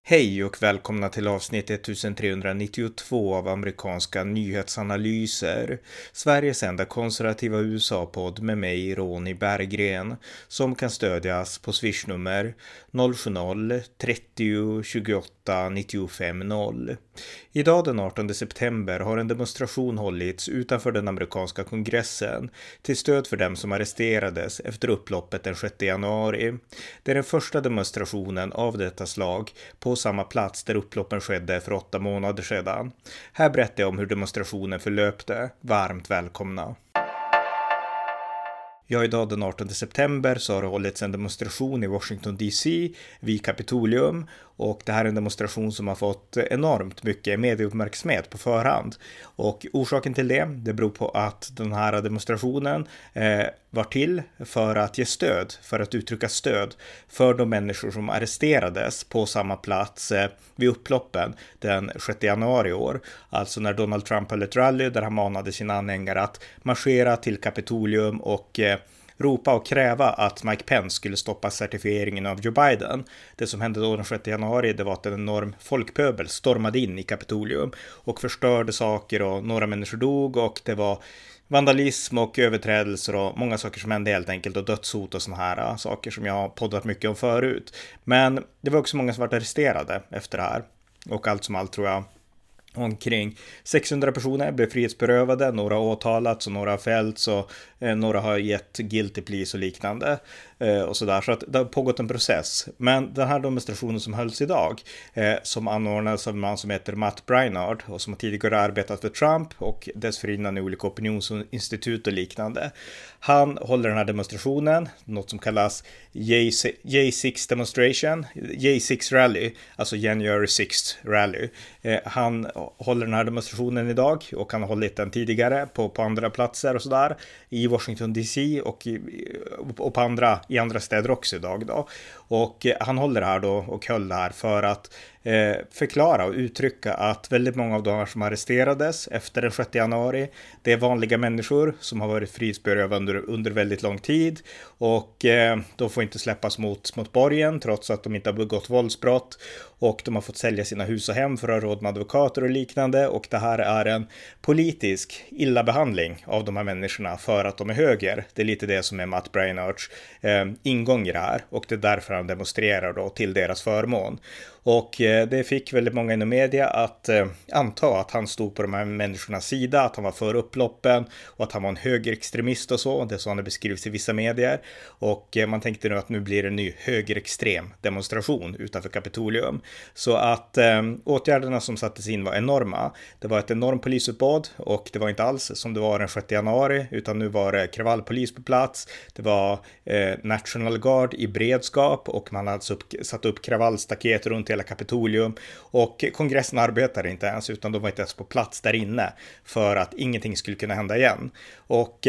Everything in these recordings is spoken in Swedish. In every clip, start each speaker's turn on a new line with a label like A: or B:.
A: Hej och välkomna till avsnitt 1392 av amerikanska nyhetsanalyser. Sveriges enda konservativa USA-podd med mig, Ronny Berggren, som kan stödjas på swishnummer 070-30 28 95 0. Idag den 18 september har en demonstration hållits utanför den amerikanska kongressen till stöd för dem som arresterades efter upploppet den 6 januari. Det är den första demonstrationen av detta slag på samma plats där upploppen skedde för 8 månader sedan. Här berättar jag om hur demonstrationen förlöpte. Varmt välkomna! Ja, idag den 18 september så har det hållits en demonstration i Washington DC vid Kapitolium, och det här är en demonstration som har fått enormt mycket medieuppmärksamhet på förhand. Och orsaken till det beror på att den här demonstrationen var till för att ge stöd, för att uttrycka stöd för de människor som arresterades på samma plats vid upploppen den 6 januari i år. Alltså när Donald Trump höll ett rally där han manade sina anhängare att marschera till Kapitolium och ropa och kräva att Mike Pence skulle stoppa certifieringen av Joe Biden. Det som hände då den 6 januari, det var att en enorm folkpöbel stormade in i Kapitolium och förstörde saker, och några människor dog, och det var vandalism och överträdelser och många saker som hände helt enkelt, och dödshot och såna här saker som jag har poddat mycket om förut. Men det var också många som var arresterade efter det här, och allt som allt tror jag omkring 600 personer blev frihetsberövade, några har åtalats och några har fällts, och några har gett guilty pleas och liknande och sådär. Så att det har pågått en process. Men den här demonstrationen som hölls idag, som anordnades av en man som heter Matt Braynard och som har tidigare arbetat för Trump och dessförinnan i olika opinionsinstitut och liknande. Han håller den här demonstrationen, något som kallas J6 demonstration, J6 rally, alltså January 6th rally. Han håller den här demonstrationen idag, och han har hållit den tidigare på andra platser och sådär i Washington DC och på i andra städer också idag då. Och han håller det här då, och höll det här för att förklara och uttrycka att väldigt många av de här som arresterades efter den 6 januari, det är vanliga människor som har varit frihetsberövade under väldigt lång tid, och de får inte släppas mot borgen trots att de inte har begått våldsbrott, och de har fått sälja sina hus och hem för att ha råd med advokater och liknande, och det här är en politisk illabehandling av de här människorna för att de är höger. Det är lite det som är Matt Braynards ingång i det här, och det är därför han demonstrerar då till deras förmån. Och det fick väldigt många inom media att anta att han stod på de här människornas sida, att han var för upploppen och att han var en högerextremist och så. Det är så han beskrivs i vissa medier. Och man tänkte nu att nu blir det en ny högerextrem demonstration utanför Kapitolium. Så att åtgärderna som sattes in var enorma. Det var ett enormt polisuppbåd, och det var inte alls som det var den 6 januari, utan nu var det kravallpolis på plats. Det var National Guard i beredskap, och man hade satt upp kravallstaket runt hela Kapitolium, och kongressen arbetade inte ens, utan de var inte ens på plats där inne för att ingenting skulle kunna hända igen. Och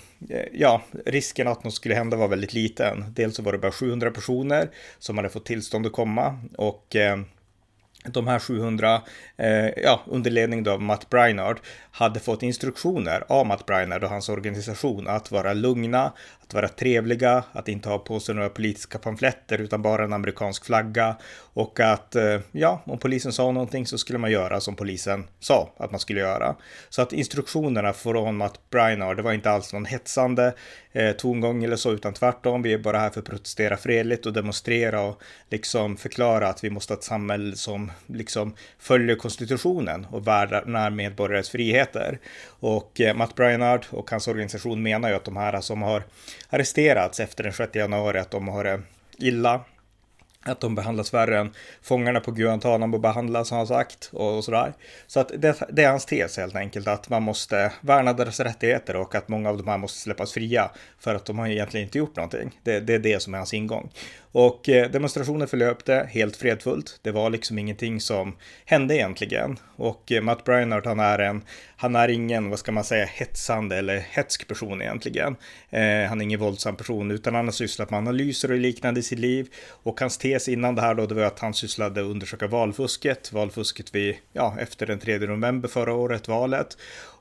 A: risken att något skulle hända var väldigt liten. Dels så var det bara 700 personer som hade fått tillstånd att komma, och de här 700 under ledning av Matt Braynard hade fått instruktioner av Matt Braynard och hans organisation att vara lugna, att vara trevliga, att inte ha på sig några politiska pamfletter utan bara en amerikansk flagga, och att om polisen sa någonting så skulle man göra som polisen sa att man skulle göra. Så att instruktionerna från Matt Braynard, det var inte alls någon hetsande tongång eller så, utan tvärtom, vi är bara här för att protestera fredligt och demonstrera och liksom förklara att vi måste ha ett samhälle som liksom följer konstitutionen och värnar medborgares friheter. Och Matt Braynard och hans organisation menar ju att de här som har arresterats efter den 6 januari, att de har det illa, att de behandlas värre än fångarna på Guantanamo behandlas, har han sagt, och sådär. Så att det är hans tes helt enkelt, att man måste värna deras rättigheter och att många av de här måste släppas fria för att de har egentligen inte gjort någonting. Det är det som är hans ingång. Och demonstrationen förlöpte helt fredfullt. Det var liksom ingenting som hände egentligen. Och Matt Braynard, han är ingen, vad ska man säga, hetsande eller hetsk person egentligen. Han är ingen våldsam person, utan han har sysslat med analyser och liknande i sitt liv. Och hans tes innan det här då, det var att han sysslade att undersöka valfusket vid, efter den 3 november förra året, valet.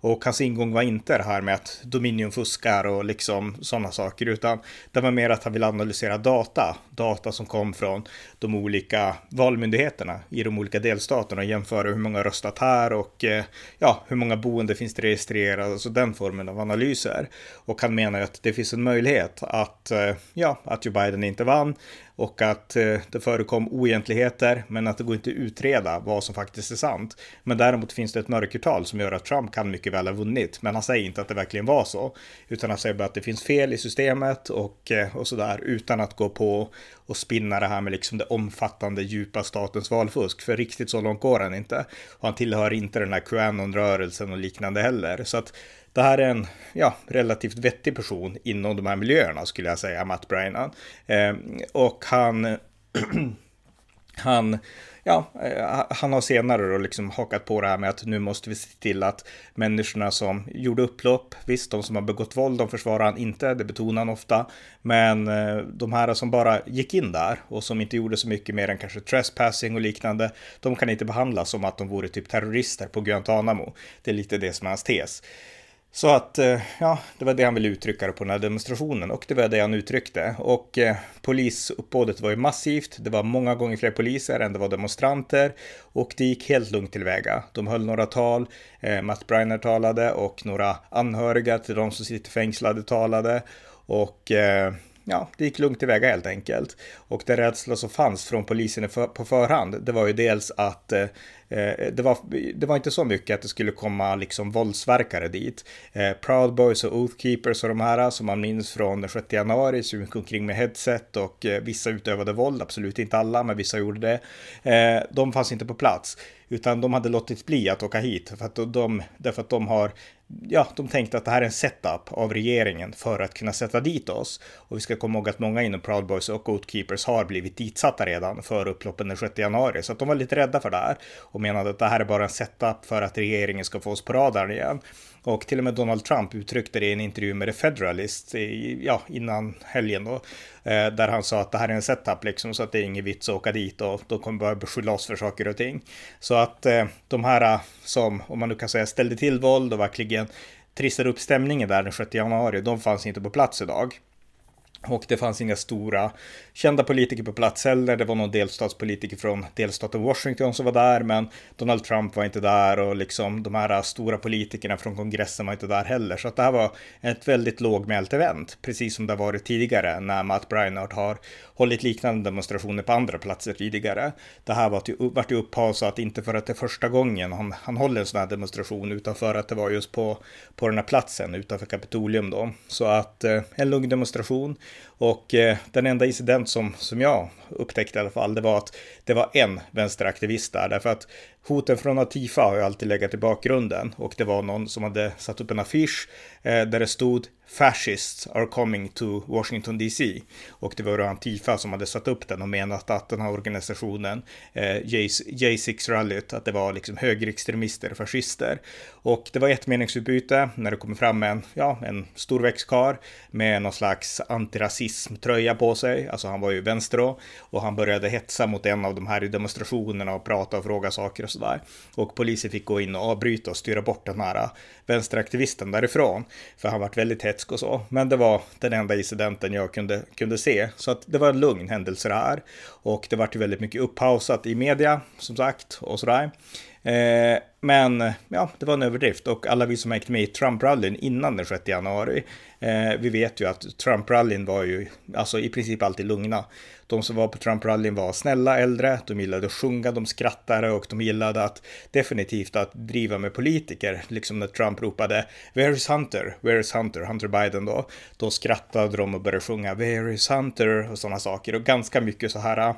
A: Och hans ingång var inte det här med att Dominion fuskar och liksom sådana saker, utan det var mer att han ville analysera data som kom från de olika valmyndigheterna i de olika delstaterna och jämföra hur många röstat här och hur många boende finns det registrerade, alltså den formen av analyser. Och han menar att det finns en möjlighet att Joe Biden inte vann och att det förekom oegentligheter, men att det går inte att utreda vad som faktiskt är sant. Men däremot finns det ett mörkertal som gör att Trump kan mycket väl ha vunnit, men han säger inte att det verkligen var så, utan han säger bara att det finns fel i systemet och sådär, utan att gå på och spinna det här med liksom det omfattande djupa statens valfusk, för riktigt så långt går han inte. Och han tillhör inte den här QAnon-rörelsen och liknande heller, så att det här är en relativt vettig person inom de här miljöerna, skulle jag säga, Matt Brennan. Och han har senare då liksom hakat på det här med att nu måste vi se till att människorna som gjorde upplopp, visst, de som har begått våld, de försvarar han inte, det betonar han ofta, men de här som bara gick in där och som inte gjorde så mycket mer än kanske trespassing och liknande, de kan inte behandlas som att de vore typ terrorister på Guantanamo. Det är lite det som är hans tes. Så att, det var det han ville uttrycka på den här demonstrationen, och det var det han uttryckte. Och polisuppbådet var ju massivt, det var många gånger fler poliser än det var demonstranter, och det gick helt lugnt tillväga. De höll några tal, Matt Brennan talade och några anhöriga till de som sitter fängslade talade, och det gick lugnt tillväga helt enkelt. Och det rädsla som fanns från polisen på förhand, det var ju dels att det var inte så mycket att det skulle komma liksom våldsverkare dit. Proud Boys och Oath Keepers och de här som man minns från den 6 januari som gick omkring med headset och vissa utövade våld, absolut inte alla, men vissa gjorde det. De fanns inte på plats, utan de hade låtit bli att åka hit därför att de tänkte att det här är en setup av regeringen för att kunna sätta dit oss. Och vi ska komma ihåg att många inom Proud Boys och Oath Keepers har blivit ditsatta redan för upploppen den 6 januari. Så att de var lite rädda för det här och menade att det här är bara en setup för att regeringen ska få oss på radarn igen. Och till och med Donald Trump uttryckte det i en intervju med The Federalist innan helgen då, där han sa att det här är en setup liksom, så att det är ingen vits att åka dit och de kommer bara beskylla oss för saker och ting. Så att de här som, om man nu kan säga, ställde till våld och verkligen trissade upp stämningen där den 6 januari, de fanns inte på plats idag. Och det fanns inga stora kända politiker på plats heller. Det var någon delstatspolitiker från delstaten Washington som var där, men Donald Trump var inte där, och liksom de här stora politikerna från kongressen var inte där heller. Så att det här var ett väldigt lågmält event, precis som det varit tidigare när Matt Brennan har hållit liknande demonstrationer på andra platser tidigare. Det här var ju upphausat inte för att det är första gången han håller en sån här demonstration, utan för att det var just på den här platsen utanför Kapitolium då. Så att en lugn demonstration. Och den enda incident som jag upptäckte i alla fall, det var att det var en vänsteraktivist där, därför att hoten från Antifa har ju alltid legat i bakgrunden, och det var någon som hade satt upp en affisch där det stod "Fascists are coming to Washington DC", och det var Antifa som hade satt upp den och menat att den här organisationen J6 rallyt, att det var liksom högerextremister, fascister. Och det var ett meningsutbyte när det kom fram en storväxtkarl med någon slags antirasism-tröja på sig, alltså han var ju vänster då, och han började hetsa mot en av de här i demonstrationerna och prata och fråga saker och sådär. Och polisen fick gå in och avbryta och styra bort den här vänsteraktivisten därifrån, för han var väldigt hetsk och så. Men det var den enda incidenten jag kunde se, så att det var en lugn händelse det här. Och det var ju väldigt mycket upphausat i media, som sagt, och sådär. Men det var en överdrift, och alla vi som hängde med i Trump-rallyn innan den 6 januari, vi vet ju att Trump-rallyn var ju alltså i princip alltid lugna. De som var på Trump-rallyn var snälla äldre, de gillade att sjunga, de skrattade, och de gillade att definitivt att driva med politiker. Liksom när Trump ropade "Where is Hunter? Where is Hunter?" Hunter Biden då skrattade de och började sjunga "Where is Hunter?" och sådana saker, och ganska mycket så här,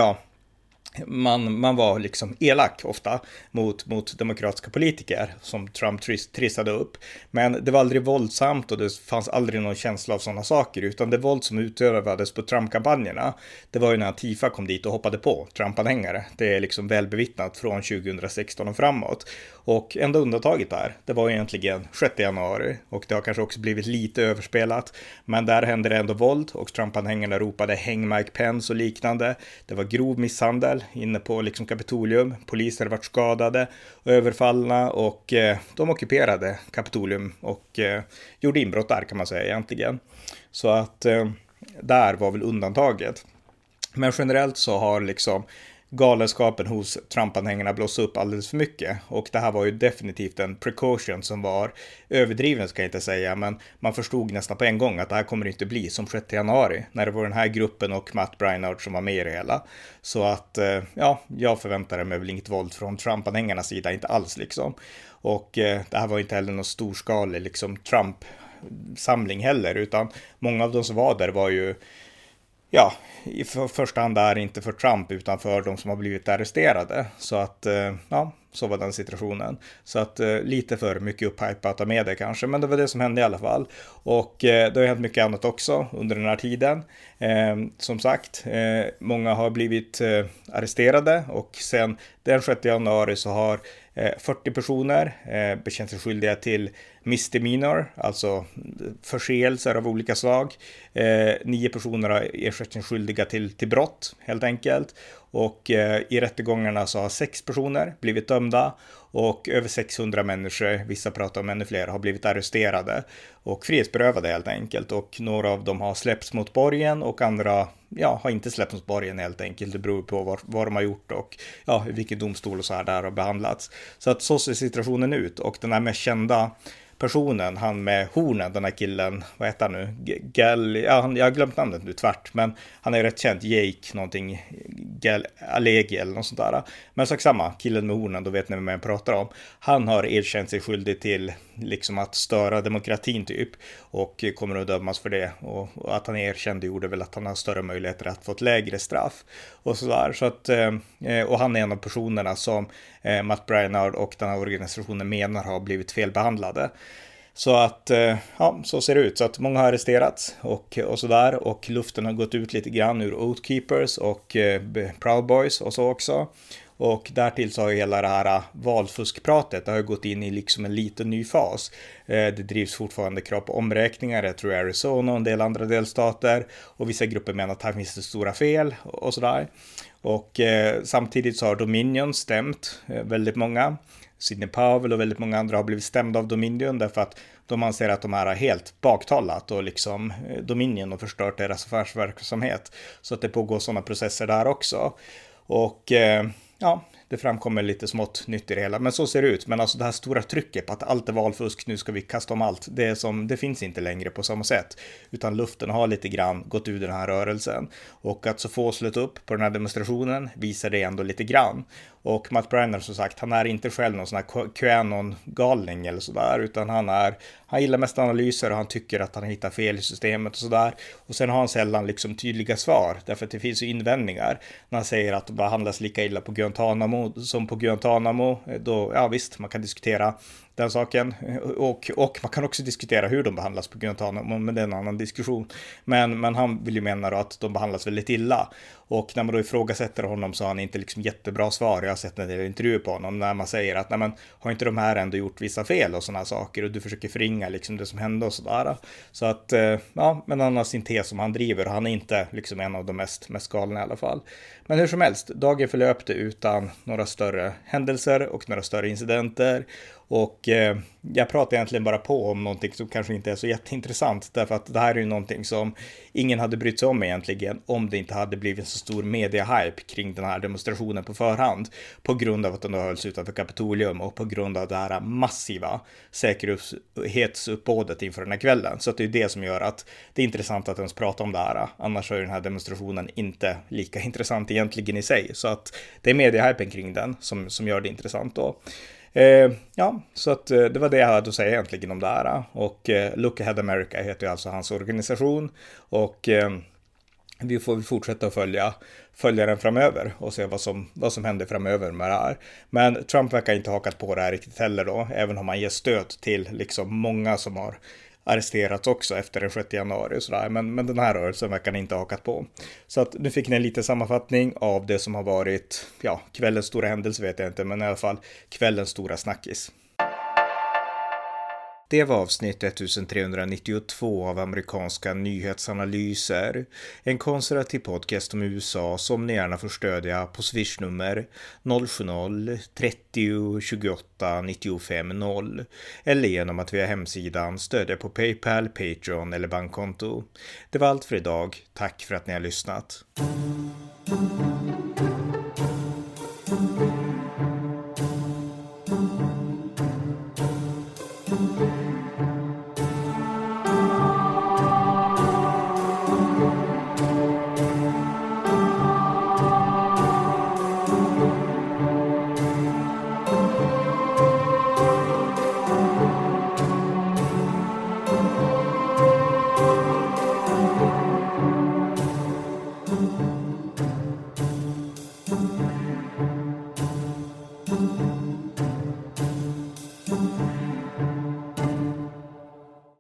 A: man var liksom elak ofta mot demokratiska politiker som Trump trissade upp. Men det var aldrig våldsamt, och det fanns aldrig någon känsla av sådana saker, utan det våld som utövades på Trump-kampanjerna, det var ju när Antifa kom dit och hoppade på Trump-anhängare. Det är liksom välbevittnat från 2016 och framåt. Och enda undantaget där, det var egentligen 6 januari och det har kanske också blivit lite överspelat. Men där hände det ändå våld och Trump-anhängarna ropade häng Mike Pence och liknande. Det var grov misshandel inne på liksom Kapitolium. Poliser varit skadade och överfallna och de ockuperade Kapitolium och gjorde inbrott där kan man säga egentligen. Så att där var väl undantaget. Men generellt så har liksom galenskapen hos Trump-anhängarna blåst upp alldeles för mycket. Och det här var ju definitivt en precaution som var överdriven ska jag inte säga. Men man förstod nästan på en gång att det här kommer inte bli som 6 januari. När det var den här gruppen och Matt Braynard som var med i det hela. Så att ja, jag förväntade mig väl inget våld från Trump-anhängarnas sida, inte alls liksom. Och det här var inte heller någon storskalig liksom Trump-samling heller. Utan många av de som var där var ju ja, i första hand är inte för Trump utan för de som har blivit arresterade. Så att, ja, så var den situationen. Så att lite för mycket upphypat av media kanske, men det var det som hände i alla fall. Och det har hänt mycket annat också under den här tiden. Som sagt, många har blivit arresterade och sen den 6 januari så har 40 personer bekänt sig skyldiga till misdemeanor, alltså förseelser av olika slag. 9 personer har erkänt sig skyldiga till brott helt enkelt. Och i rättegångarna så har 6 personer blivit dömda och över 600 människor, vissa pratar om ännu fler, har blivit arresterade och frihetsberövade helt enkelt. Och några av dem har släppts mot borgen och andra har inte släppts mot borgen helt enkelt. Det beror på vad de har gjort och vilken domstol och så här där har behandlats. Så att så ser situationen ut och den här mest kända personen, han med hornen, den här killen, vad heter han nu? Jag har glömt namnet nu tvärt, men han är rätt känd, Jake någonting, Alegi eller något sånt där. Men sak samma, killen med hornen, då vet ni vem jag pratar om. Han har erkänt sig skyldig till liksom att störa demokratin typ och kommer att dömas för det. Och att han erkände gjorde väl att han har större möjligheter att få ett lägre straff och sådär. Så att, och han är en av personerna som Matt Braynard och den här organisationen menar har blivit felbehandlade. Så att, ja, så ser det ut. Så att många har arresterats och sådär. Och luften har gått ut lite grann ur Oath Keepers och Proud Boys och så också. Och därtill så har ju hela det här valfuskpratet, det har gått in i liksom en liten ny fas. Det drivs fortfarande krav på omräkningar, jag tror Arizona och en del andra delstater. Och vissa grupper menar att här finns det stora fel och sådär. Och samtidigt så har Dominion stämt väldigt många. Sidney Powell och väldigt många andra har blivit stämda av Dominion därför att de anser att de här har helt baktalat och liksom Dominion och förstört deras affärsverksamhet. Så att det pågår sådana processer där också. Och ja, det framkommer lite smått nytt i det hela. Men så ser det ut. Men alltså det här stora trycket på att allt är valfusk, nu ska vi kasta om allt. Det finns inte längre på samma sätt. Utan luften har lite grann gått ur den här rörelsen. Och att så få slut upp på den här demonstrationen visar det ändå lite grann. Och Matt Braynard som sagt, han är inte själv någon sån här QAnon-galning eller sådär. Utan han gillar mest analyser och han tycker att han hittar fel i systemet och sådär. Och sen har han sällan liksom tydliga svar. Därför att det finns ju invändningar. När han säger att de behandlas lika illa på Guantanamo som på Guantanamo. Då, ja visst, man kan diskutera den saken. Och man kan också diskutera hur de behandlas på Guantanamo, men det är en annan diskussion. Men han vill ju mena då att de behandlas väldigt illa. Och när man då ifrågasätter honom så har han inte liksom jättebra svar. Jag har sett en del intervjuer på honom när man säger att nej men, har inte de här ändå gjort vissa fel och sådana saker och du försöker förringa liksom det som hände och sådär. Så att, ja, men han har sin tes som han driver och han är inte liksom en av de mest galna i alla fall. Men hur som helst, dagen förlöpte utan några större händelser och några större incidenter. Och jag pratar egentligen bara på om någonting som kanske inte är så jätteintressant. Därför att det här är ju någonting som ingen hade brytt sig om egentligen om det inte hade blivit så stor media-hype kring den här demonstrationen på förhand. På grund av att den hölls utanför Kapitolium och på grund av det här massiva säkerhetsuppbådet inför den här kvällen. Så att det är det som gör att det är intressant att ens prata om det här. Annars är den här demonstrationen inte lika intressant egentligen i sig. Så att det är media-hypen kring den som gör det intressant då. Ja, så att det var det jag hade att säga egentligen om det här. Och Look Ahead America heter ju alltså hans organisation. Och vi får fortsätta att följa den framöver och se vad som händer framöver med det här. Men Trump verkar inte hakat på det här riktigt heller då. Även om han ger stöd till liksom många som har arresterats också efter den 6 januari och sådär. Men den här rörelsen verkar inte ha hakat på. Så att nu fick ni en liten sammanfattning av det som har varit, ja, kvällens stora händelse vet jag inte, men i alla fall kvällens stora snackis. Det var avsnitt 1392 av amerikanska nyhetsanalyser. En konservativ podcast om USA som ni gärna får stödja på swishnummer 070-30 28 95 0 eller genom att via hemsidan stödja på PayPal, Patreon eller bankkonto. Det var allt för idag. Tack för att ni har lyssnat.